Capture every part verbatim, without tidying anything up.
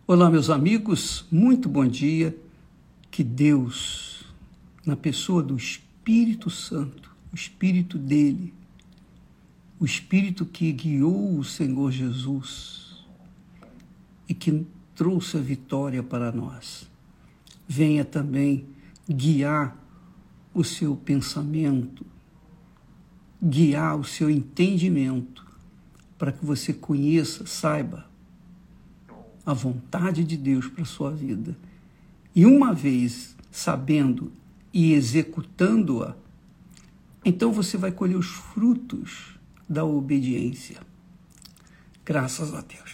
Olá, meus amigos, muito bom dia. Que Deus, na pessoa do Espírito Santo, o Espírito dele, o Espírito que guiou o Senhor Jesus e que trouxe a vitória para nós, venha também guiar o seu pensamento, guiar o seu entendimento, para que você conheça, saiba a vontade de Deus para a sua vida. E uma vez sabendo e executando-a, então você vai colher os frutos da obediência. Graças a Deus.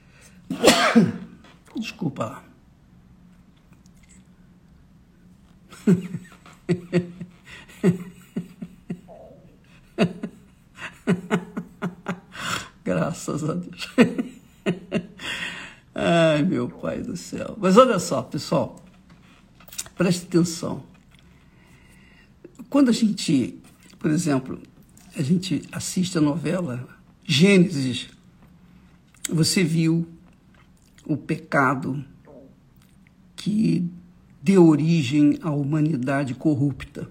Desculpa lá. Graças a Deus. Ai, meu Pai do céu. Mas olha só, pessoal, preste atenção. Quando a gente, por exemplo, a gente assiste a novela Gênesis, você viu o pecado que deu origem à humanidade corrupta.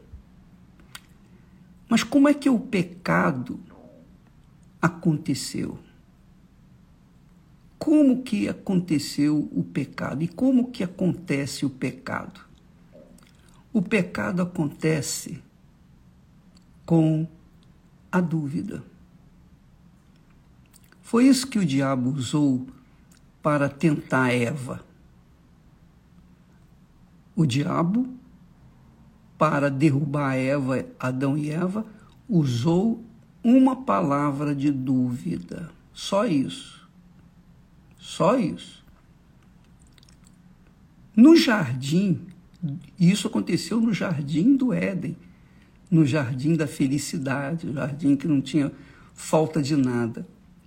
Mas como é que o pecado aconteceu? Como que aconteceu o pecado? E como que acontece o pecado? O pecado acontece com a dúvida. Foi isso que o diabo usou para tentar Eva. O diabo, para derrubar Eva, Adão e Eva, usou uma palavra de dúvida. Só isso. Só isso. No jardim, isso aconteceu no jardim do Éden, no jardim da felicidade, o jardim que não tinha falta de nada.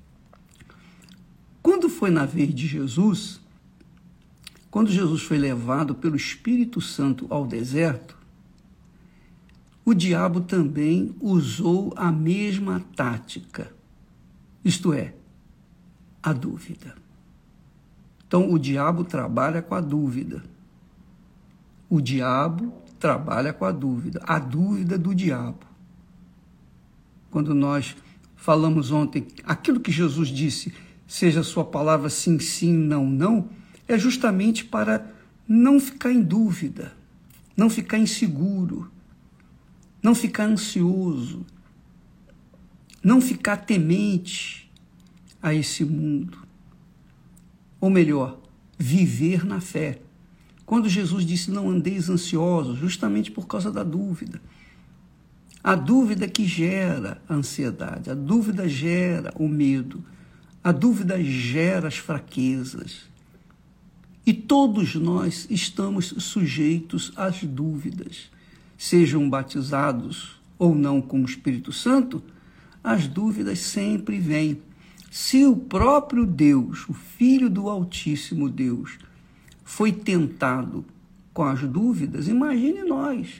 Quando foi na vez de Jesus, quando Jesus foi levado pelo Espírito Santo ao deserto, o diabo também usou a mesma tática, isto é, a dúvida. Então, o diabo trabalha com a dúvida. O diabo trabalha com a dúvida. A dúvida do diabo. Quando nós falamos ontem, aquilo que Jesus disse, seja a sua palavra sim, sim, não, não, é justamente para não ficar em dúvida, não ficar inseguro, não ficar ansioso, não ficar temente a esse mundo. Ou melhor, viver na fé. Quando Jesus disse não andeis ansiosos, justamente por causa da dúvida. A dúvida que gera a ansiedade, a dúvida gera o medo, a dúvida gera as fraquezas. E todos nós estamos sujeitos às dúvidas. Sejam batizados ou não com o Espírito Santo, as dúvidas sempre vêm. Se o próprio Deus, o Filho do Altíssimo Deus, foi tentado com as dúvidas, imagine nós.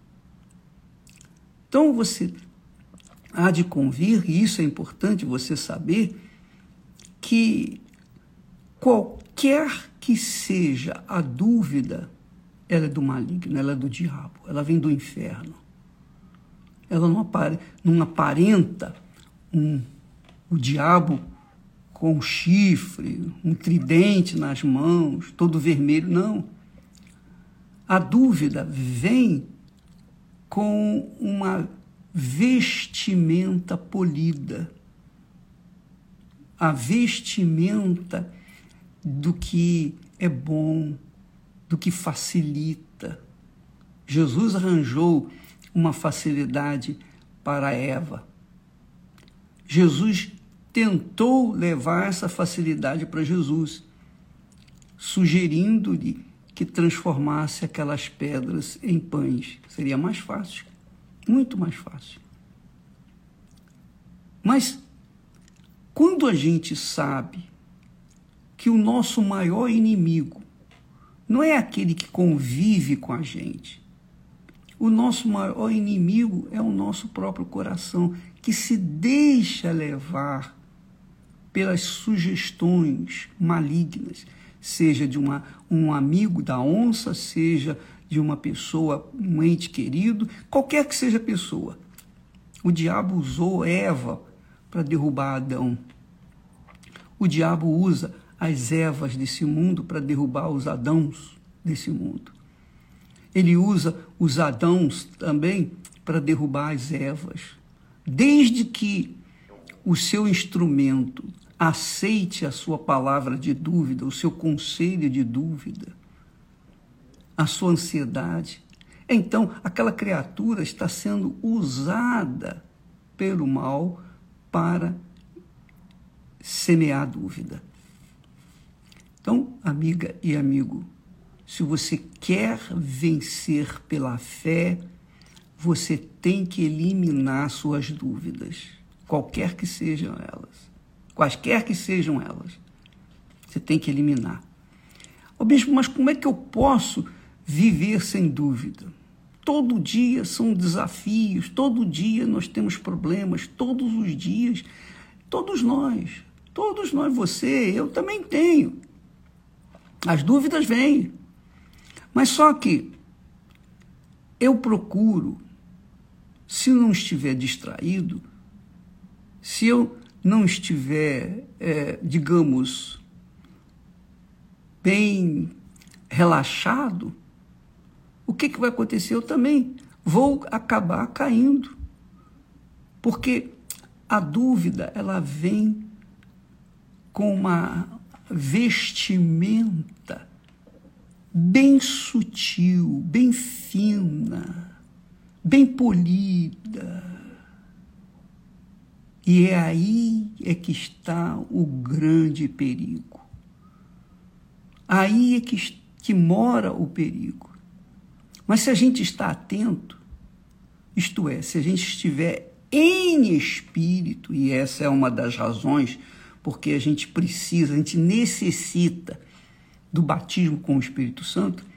Então você há de convir, e isso é importante você saber, que qualquer que seja a dúvida, ela é do maligno, ela é do diabo, ela vem do inferno. Ela não, apare, não aparenta um o diabo com um chifre, um tridente nas mãos, todo vermelho, não. A dúvida vem com uma vestimenta polida, a vestimenta do que é bom, do que facilita. Jesus arranjou uma facilidade para Eva. Jesus tentou levar essa facilidade para Jesus, sugerindo-lhe que transformasse aquelas pedras em pães. Seria mais fácil, muito mais fácil. Mas, quando a gente sabe que o nosso maior inimigo não é aquele que convive com a gente, o nosso maior inimigo é o nosso próprio coração, que se deixa levar pelas sugestões malignas, seja de uma, um amigo da onça, seja de uma pessoa, um ente querido, qualquer que seja a pessoa. O diabo usou Eva para derrubar Adão. O diabo usa as Evas desse mundo para derrubar os Adãos desse mundo. Ele usa os Adãos também para derrubar as Evas. Desde que o seu instrumento aceite a sua palavra de dúvida, o seu conselho de dúvida, a sua ansiedade, então aquela criatura está sendo usada pelo mal para semear dúvida. Então, amiga e amigo, se você quer vencer pela fé, você tem que eliminar suas dúvidas, qualquer que sejam elas, quaisquer que sejam elas, você tem que eliminar. Ô bispo, mas como é que eu posso viver sem dúvida? Todo dia são desafios, todo dia nós temos problemas, todos os dias, todos nós, todos nós, você, eu também tenho. As dúvidas vêm, mas só que eu procuro, se não estiver distraído, se eu não estiver, é, digamos, bem relaxado, o que, que vai acontecer? Eu também vou acabar caindo, porque a dúvida, ela vem com uma vestimenta bem sutil, bem fina, bem polida. E é aí é que está o grande perigo. Aí é que, que mora o perigo. Mas se a gente está atento, isto é, se a gente estiver em espírito, e essa é uma das razões porque a gente precisa, a gente necessita do batismo com o Espírito Santo,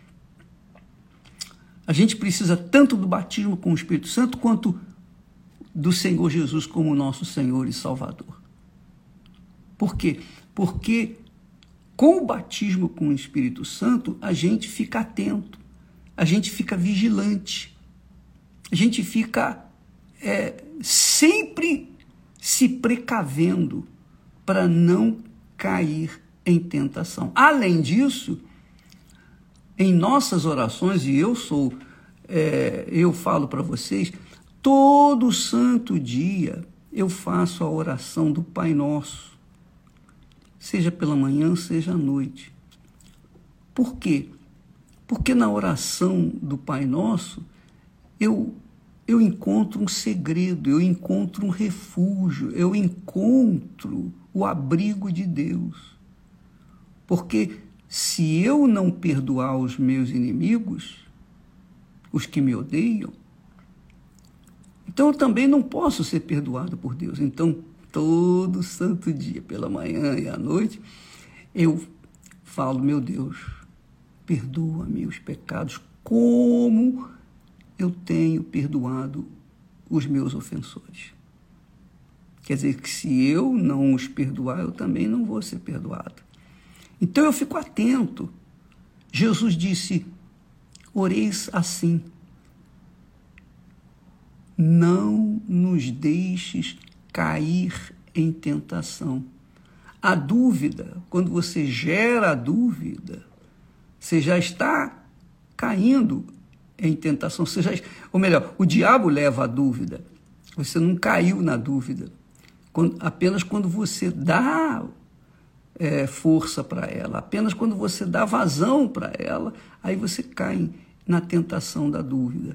a gente precisa tanto do batismo com o Espírito Santo quanto do Senhor Jesus como nosso Senhor e Salvador. Por quê? Porque com o batismo com o Espírito Santo, a gente fica atento, a gente fica vigilante, a gente fica é, sempre se precavendo para não cair em tentação. Além disso, em nossas orações, e eu sou, é, eu falo para vocês, todo santo dia eu faço a oração do Pai Nosso, seja pela manhã, seja à noite. Por quê? Porque na oração do Pai Nosso, eu, eu encontro um segredo, eu encontro um refúgio, eu encontro o abrigo de Deus. Porque se eu não perdoar os meus inimigos, os que me odeiam, então eu também não posso ser perdoado por Deus. Então, todo santo dia, pela manhã e à noite, eu falo, meu Deus, perdoa meus pecados como eu tenho perdoado os meus ofensores. Quer dizer que se eu não os perdoar, eu também não vou ser perdoado. Então eu fico atento. Jesus disse, oreis assim, não nos deixes cair em tentação. A dúvida, quando você gera a dúvida, você já está caindo em tentação. Você já, ou melhor, o diabo leva a dúvida. Você não caiu na dúvida. Quando, apenas quando você dá é, força para ela, apenas quando você dá vazão para ela, aí você cai na tentação da dúvida.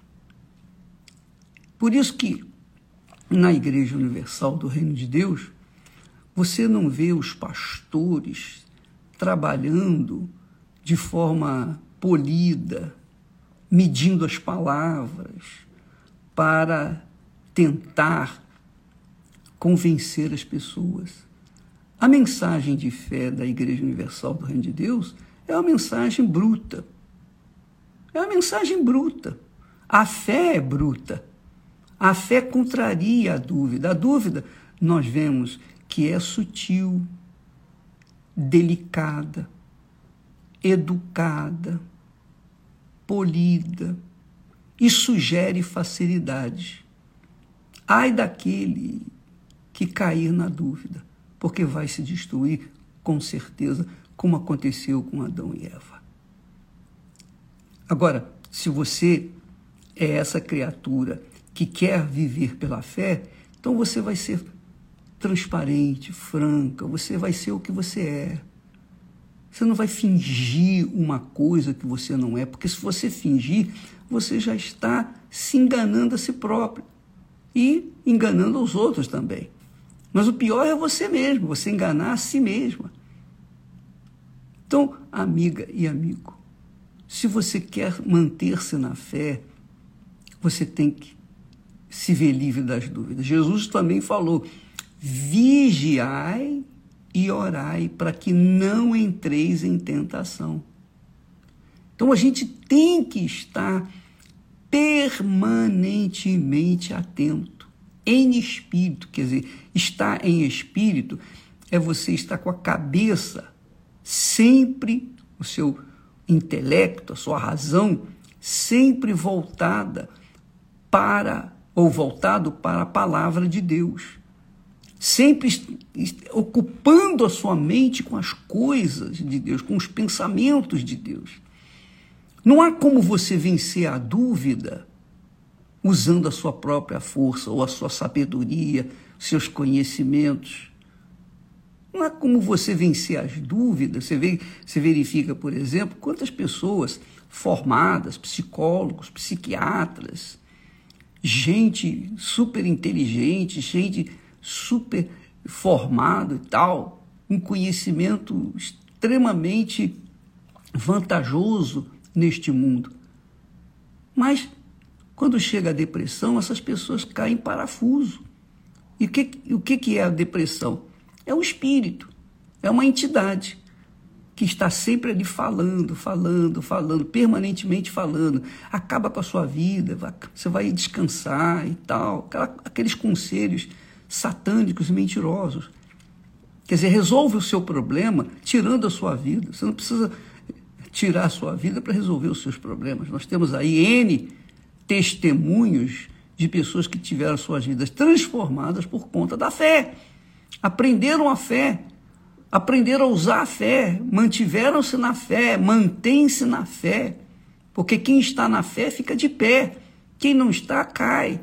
Por isso que na Igreja Universal do Reino de Deus, você não vê os pastores trabalhando de forma polida, medindo as palavras para tentar convencer as pessoas. A mensagem de fé da Igreja Universal do Reino de Deus é uma mensagem bruta. É uma mensagem bruta. A fé é bruta. A fé contraria a dúvida. A dúvida, nós vemos que é sutil, delicada, educada, polida e sugere facilidade. Ai daquele que cair na dúvida, porque vai se destruir, com certeza, como aconteceu com Adão e Eva. Agora, se você é essa criatura que quer viver pela fé, então você vai ser transparente, franca, você vai ser o que você é. Você não vai fingir uma coisa que você não é, porque se você fingir, você já está se enganando a si próprio e enganando os outros também. Mas o pior é você mesmo, você enganar a si mesma. Então, amiga e amigo, se você quer manter-se na fé, você tem que se ver livre das dúvidas. Jesus também falou: vigiai e orai para que não entreis em tentação. Então a gente tem que estar permanentemente atento, em espírito. Quer dizer, estar em espírito é você estar com a cabeça sempre, o seu intelecto, a sua razão, sempre voltada para, ou voltado para a palavra de Deus. Sempre ocupando a sua mente com as coisas de Deus, com os pensamentos de Deus. Não há como você vencer a dúvida usando a sua própria força ou a sua sabedoria, seus conhecimentos. Não há como você vencer as dúvidas. Você, vê, você verifica, por exemplo, quantas pessoas formadas, psicólogos, psiquiatras, gente super inteligente, gente super formada e tal, um conhecimento extremamente vantajoso neste mundo. Mas, quando chega a depressão, essas pessoas caem em parafuso. E o que, o que é a depressão? É o espírito, é uma entidade que está sempre ali falando, falando, falando, permanentemente falando. Acaba com a sua vida, você vai descansar e tal. Aqueles conselhos satânicos e mentirosos. Quer dizer, resolve o seu problema tirando a sua vida. Você não precisa tirar a sua vida para resolver os seus problemas. Nós temos aí N testemunhos de pessoas que tiveram suas vidas transformadas por conta da fé. Aprenderam a fé, aprenderam a usar a fé, mantiveram-se na fé, mantém-se na fé, porque quem está na fé fica de pé, quem não está cai.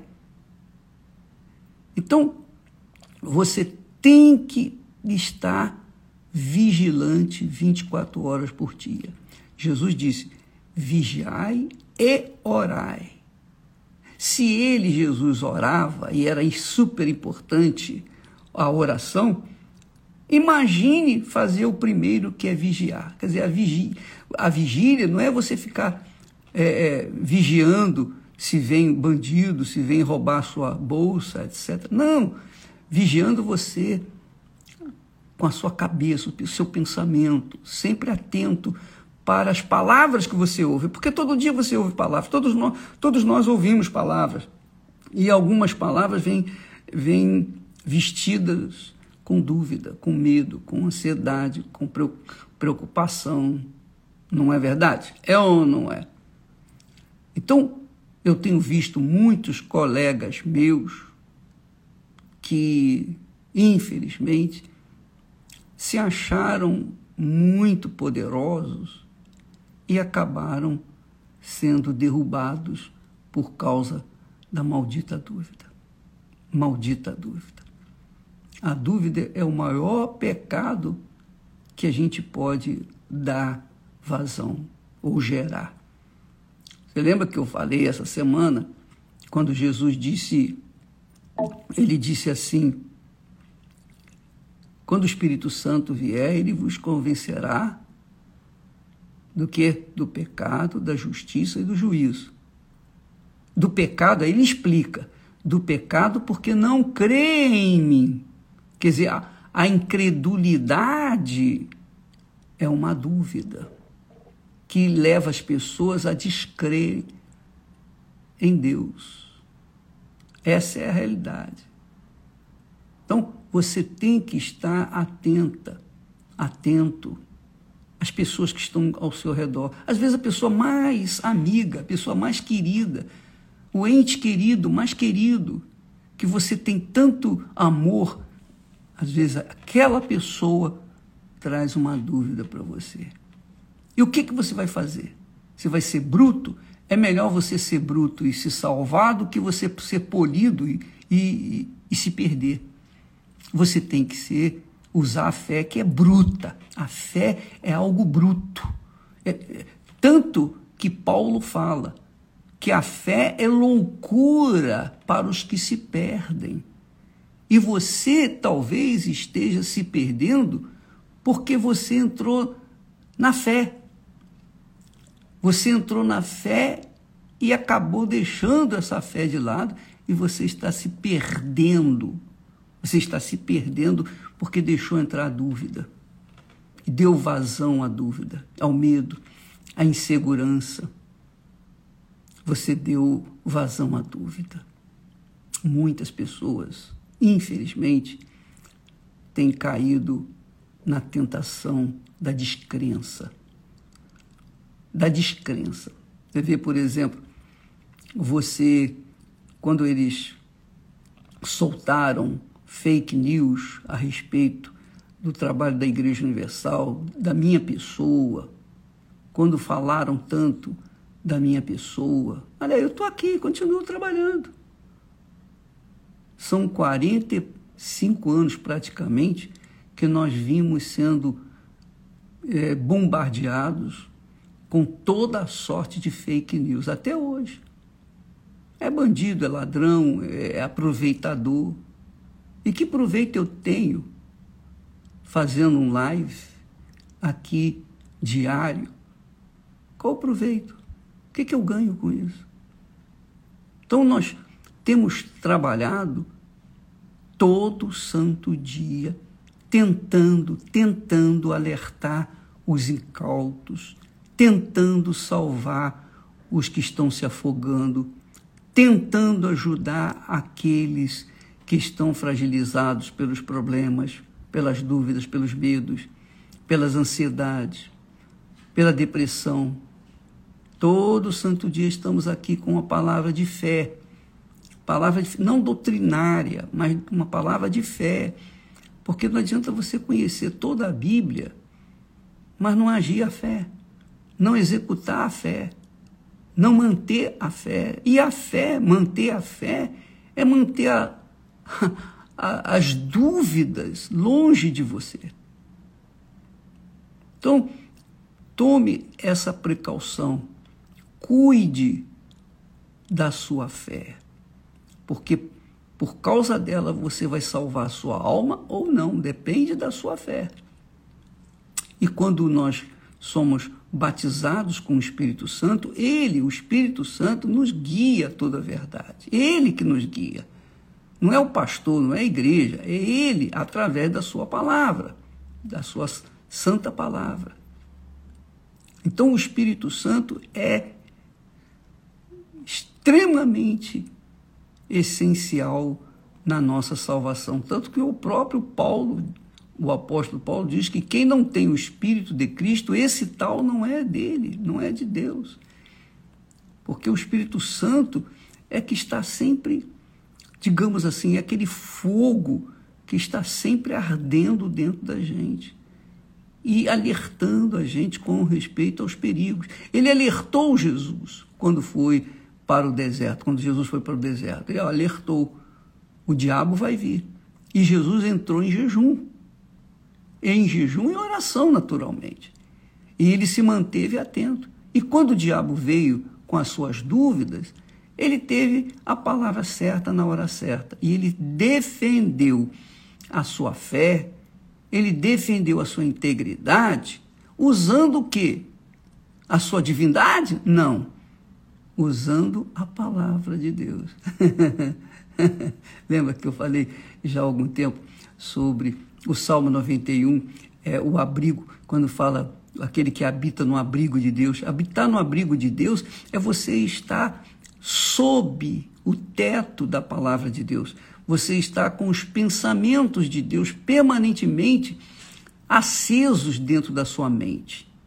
Então, você tem que estar vigilante vinte e quatro horas por dia. Jesus disse: vigiai e orai. Se ele, Jesus, orava, e era super importante a oração, imagine fazer o primeiro, que é vigiar. Quer dizer, a vigília, a vigília não é você ficar é, é, vigiando se vem bandido, se vem roubar sua bolsa, etcétera. Não, vigiando você com a sua cabeça, o seu pensamento, sempre atento para as palavras que você ouve, porque todo dia você ouve palavras, todos nós, todos nós ouvimos palavras, e algumas palavras vêm, vêm vestidas com dúvida, com medo, com ansiedade, com preocupação. Não é verdade? É ou não é? Então, eu tenho visto muitos colegas meus que, infelizmente, se acharam muito poderosos e acabaram sendo derrubados por causa da maldita dúvida. Maldita dúvida. A dúvida é o maior pecado que a gente pode dar vazão ou gerar. Você lembra que eu falei essa semana, quando Jesus disse, ele disse assim: quando o Espírito Santo vier, ele vos convencerá do quê? Do pecado, da justiça e do juízo. Do pecado, aí ele explica, do pecado porque não crê em mim. Quer dizer, a, a incredulidade é uma dúvida que leva as pessoas a descrer em Deus. Essa é a realidade. Então, você tem que estar atenta, atento as pessoas que estão ao seu redor. Às vezes a pessoa mais amiga, a pessoa mais querida, o ente querido, mais querido, que você tem tanto amor, às vezes aquela pessoa traz uma dúvida para você. E o que, que você vai fazer? Você vai ser bruto? É melhor você ser bruto e se salvar do que você ser polido e, e, e se perder. Você tem que ser, usar a fé que é bruta. A fé é algo bruto. É, é, tanto que Paulo fala que a fé é loucura para os que se perdem. E você talvez esteja se perdendo porque você entrou na fé. Você entrou na fé e acabou deixando essa fé de lado e você está se perdendo. Você está se perdendo porque deixou entrar a dúvida. E deu vazão à dúvida, ao medo, à insegurança. Você deu vazão à dúvida. Muitas pessoas, infelizmente, têm caído na tentação da descrença. Da descrença. Você vê, por exemplo, você, quando eles soltaram fake news a respeito do trabalho da Igreja Universal, da minha pessoa, quando falaram tanto da minha pessoa, olha, eu estou aqui, continuo trabalhando. São quarenta e cinco anos praticamente que nós vimos sendo é, bombardeados com toda a sorte de fake news, até hoje. É bandido, é ladrão, é aproveitador. E que proveito eu tenho fazendo um live aqui diário? Qual o proveito? O que, que eu ganho com isso? Então nós temos trabalhado todo santo dia, tentando, tentando alertar os incautos, tentando salvar os que estão se afogando, tentando ajudar aqueles que estão fragilizados pelos problemas, pelas dúvidas, pelos medos, pelas ansiedades, pela depressão. Todo santo dia estamos aqui com uma palavra de fé, palavra de, não doutrinária, mas uma palavra de fé, porque não adianta você conhecer toda a Bíblia, mas não agir a fé, não executar a fé, não manter a fé. E a fé, manter a fé, é manter a, a, as dúvidas longe de você. Então, tome essa precaução, cuide da sua fé, porque por causa dela você vai salvar a sua alma ou não, depende da sua fé. E quando nós somos batizados com o Espírito Santo, ele, o Espírito Santo, nos guia a toda a verdade. Ele que nos guia. Não é o pastor, não é a igreja, é ele, através da sua palavra, da sua santa palavra. Então o Espírito Santo é extremamente essencial na nossa salvação. Tanto que o próprio Paulo, o apóstolo Paulo, diz que quem não tem o Espírito de Cristo, esse tal não é dele, não é de Deus. Porque o Espírito Santo é que está sempre, digamos assim, é aquele fogo que está sempre ardendo dentro da gente e alertando a gente com respeito aos perigos. Ele alertou Jesus quando foi para o deserto, quando Jesus foi para o deserto. Ele alertou, o diabo vai vir. E Jesus entrou em jejum. Em jejum e oração, naturalmente. E ele se manteve atento. E quando o diabo veio com as suas dúvidas, ele teve a palavra certa na hora certa. E ele defendeu a sua fé, ele defendeu a sua integridade, usando o quê? A sua divindade? Não. Usando a palavra de Deus. Lembra que eu falei já há algum tempo sobre o Salmo noventa e um, é, o abrigo, quando fala aquele que habita no abrigo de Deus. Habitar no abrigo de Deus é você estar sob o teto da palavra de Deus. Você está com os pensamentos de Deus permanentemente acesos dentro da sua mente.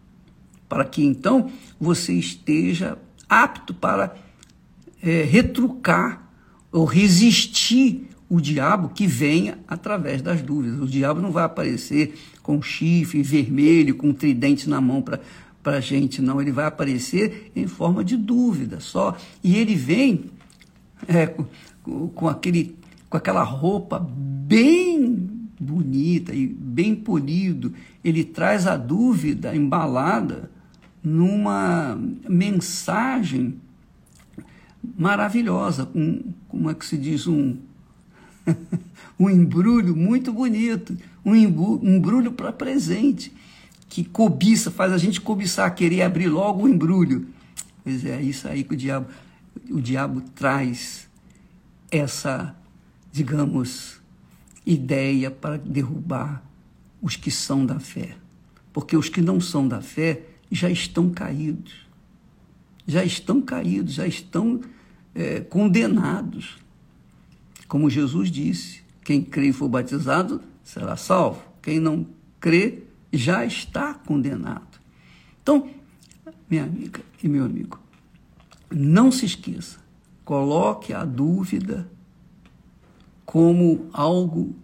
para que então você esteja apto para é, retrucar ou resistir o diabo que venha através das dúvidas. O diabo não vai aparecer com chifre vermelho, com um tridente na mão para para a gente, não. Ele vai aparecer em forma de dúvida só. E ele vem é, com, com, aquele, com aquela roupa bem bonita e bem polido. Ele traz a dúvida embalada numa mensagem maravilhosa, um, como é que se diz, um, um embrulho muito bonito, um embrulho para presente, que cobiça, faz a gente cobiçar, querer abrir logo o embrulho. Pois é, isso aí que o diabo, o diabo traz essa, digamos, ideia para derrubar os que são da fé. Porque os que não são da fé já estão caídos, já estão caídos, já estão é, condenados. Como Jesus disse, quem crê e for batizado será salvo, quem não crê já está condenado. Então, minha amiga e meu amigo, não se esqueça, coloque a dúvida como algo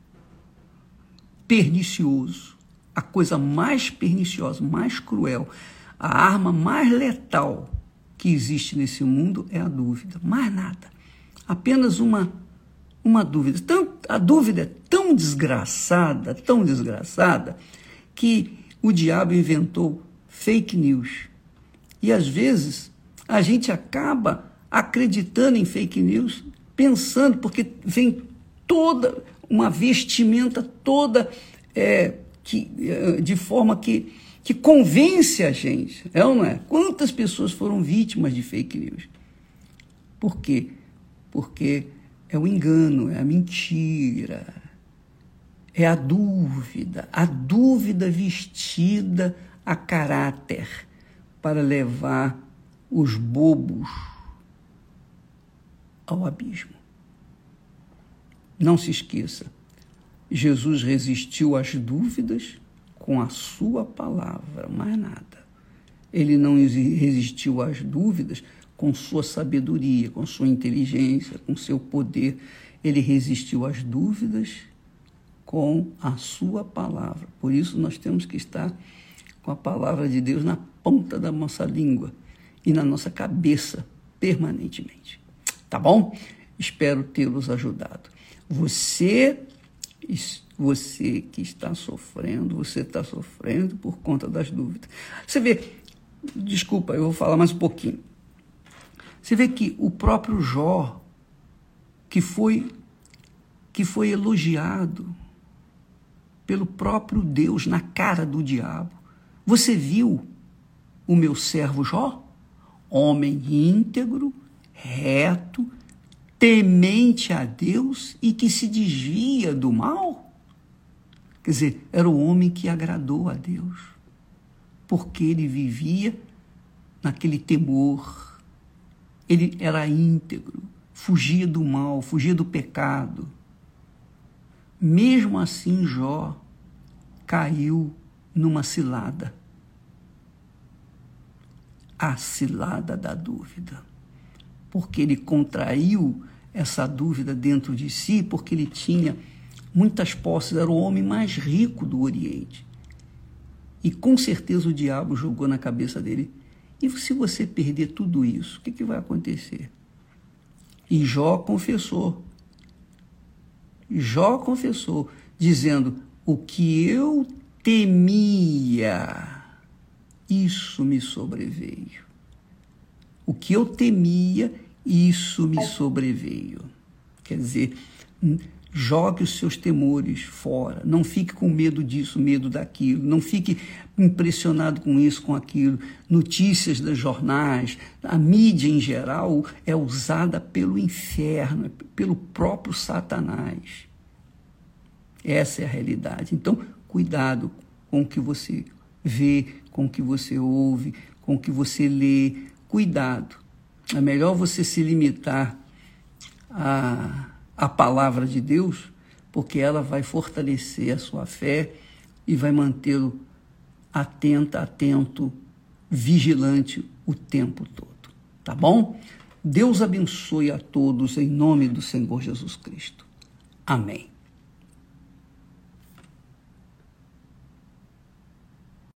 pernicioso, a coisa mais perniciosa, mais cruel, a arma mais letal que existe nesse mundo é a dúvida, mais nada, apenas uma, uma dúvida. Então, a dúvida é tão desgraçada, tão desgraçada, que o diabo inventou fake news. E às vezes a gente acaba acreditando em fake news, pensando, porque vem toda uma vestimenta toda é, que, de forma que, que convence a gente, é ou não é? Quantas pessoas foram vítimas de fake news? Por quê? Porque é o engano, é a mentira, é a dúvida, a dúvida vestida a caráter para levar os bobos ao abismo. Não se esqueça, Jesus resistiu às dúvidas com a sua palavra, mais nada. Ele não resistiu às dúvidas com sua sabedoria, com sua inteligência, com seu poder. Ele resistiu às dúvidas com a sua palavra. Por isso nós temos que estar com a palavra de Deus na ponta da nossa língua e na nossa cabeça permanentemente. Tá bom? Espero tê-los ajudado. Você, você que está sofrendo, você está sofrendo por conta das dúvidas. Você vê, desculpa, eu vou falar mais um pouquinho. Você vê que o próprio Jó, que foi, que foi elogiado pelo próprio Deus na cara do diabo. Você viu o meu servo Jó? Homem íntegro, reto, temente a Deus e que se desvia do mal? Quer dizer, era o homem que agradou a Deus, porque ele vivia naquele temor, ele era íntegro, fugia do mal, fugia do pecado. Mesmo assim, Jó caiu numa cilada. A cilada da dúvida. Porque ele contraiu essa dúvida dentro de si, porque ele tinha muitas posses, era o homem mais rico do Oriente. E com certeza o diabo jogou na cabeça dele: e se você perder tudo isso, o que, que vai acontecer? E Jó confessou. Jó confessou, dizendo: o que eu temia, isso me sobreveio. O que eu temia, isso me sobreveio. Quer dizer, jogue os seus temores fora. Não fique com medo disso, medo daquilo. Não fique impressionado com isso, com aquilo. Notícias dos jornais, a mídia em geral é usada pelo inferno, pelo próprio Satanás. Essa é a realidade. Então, cuidado com o que você vê, com o que você ouve, com o que você lê. Cuidado. É melhor você se limitar à, à palavra de Deus, porque ela vai fortalecer a sua fé e vai mantê-lo atento, atento vigilante o tempo todo. Tá bom? Deus abençoe a todos em nome do Senhor Jesus Cristo. Amém.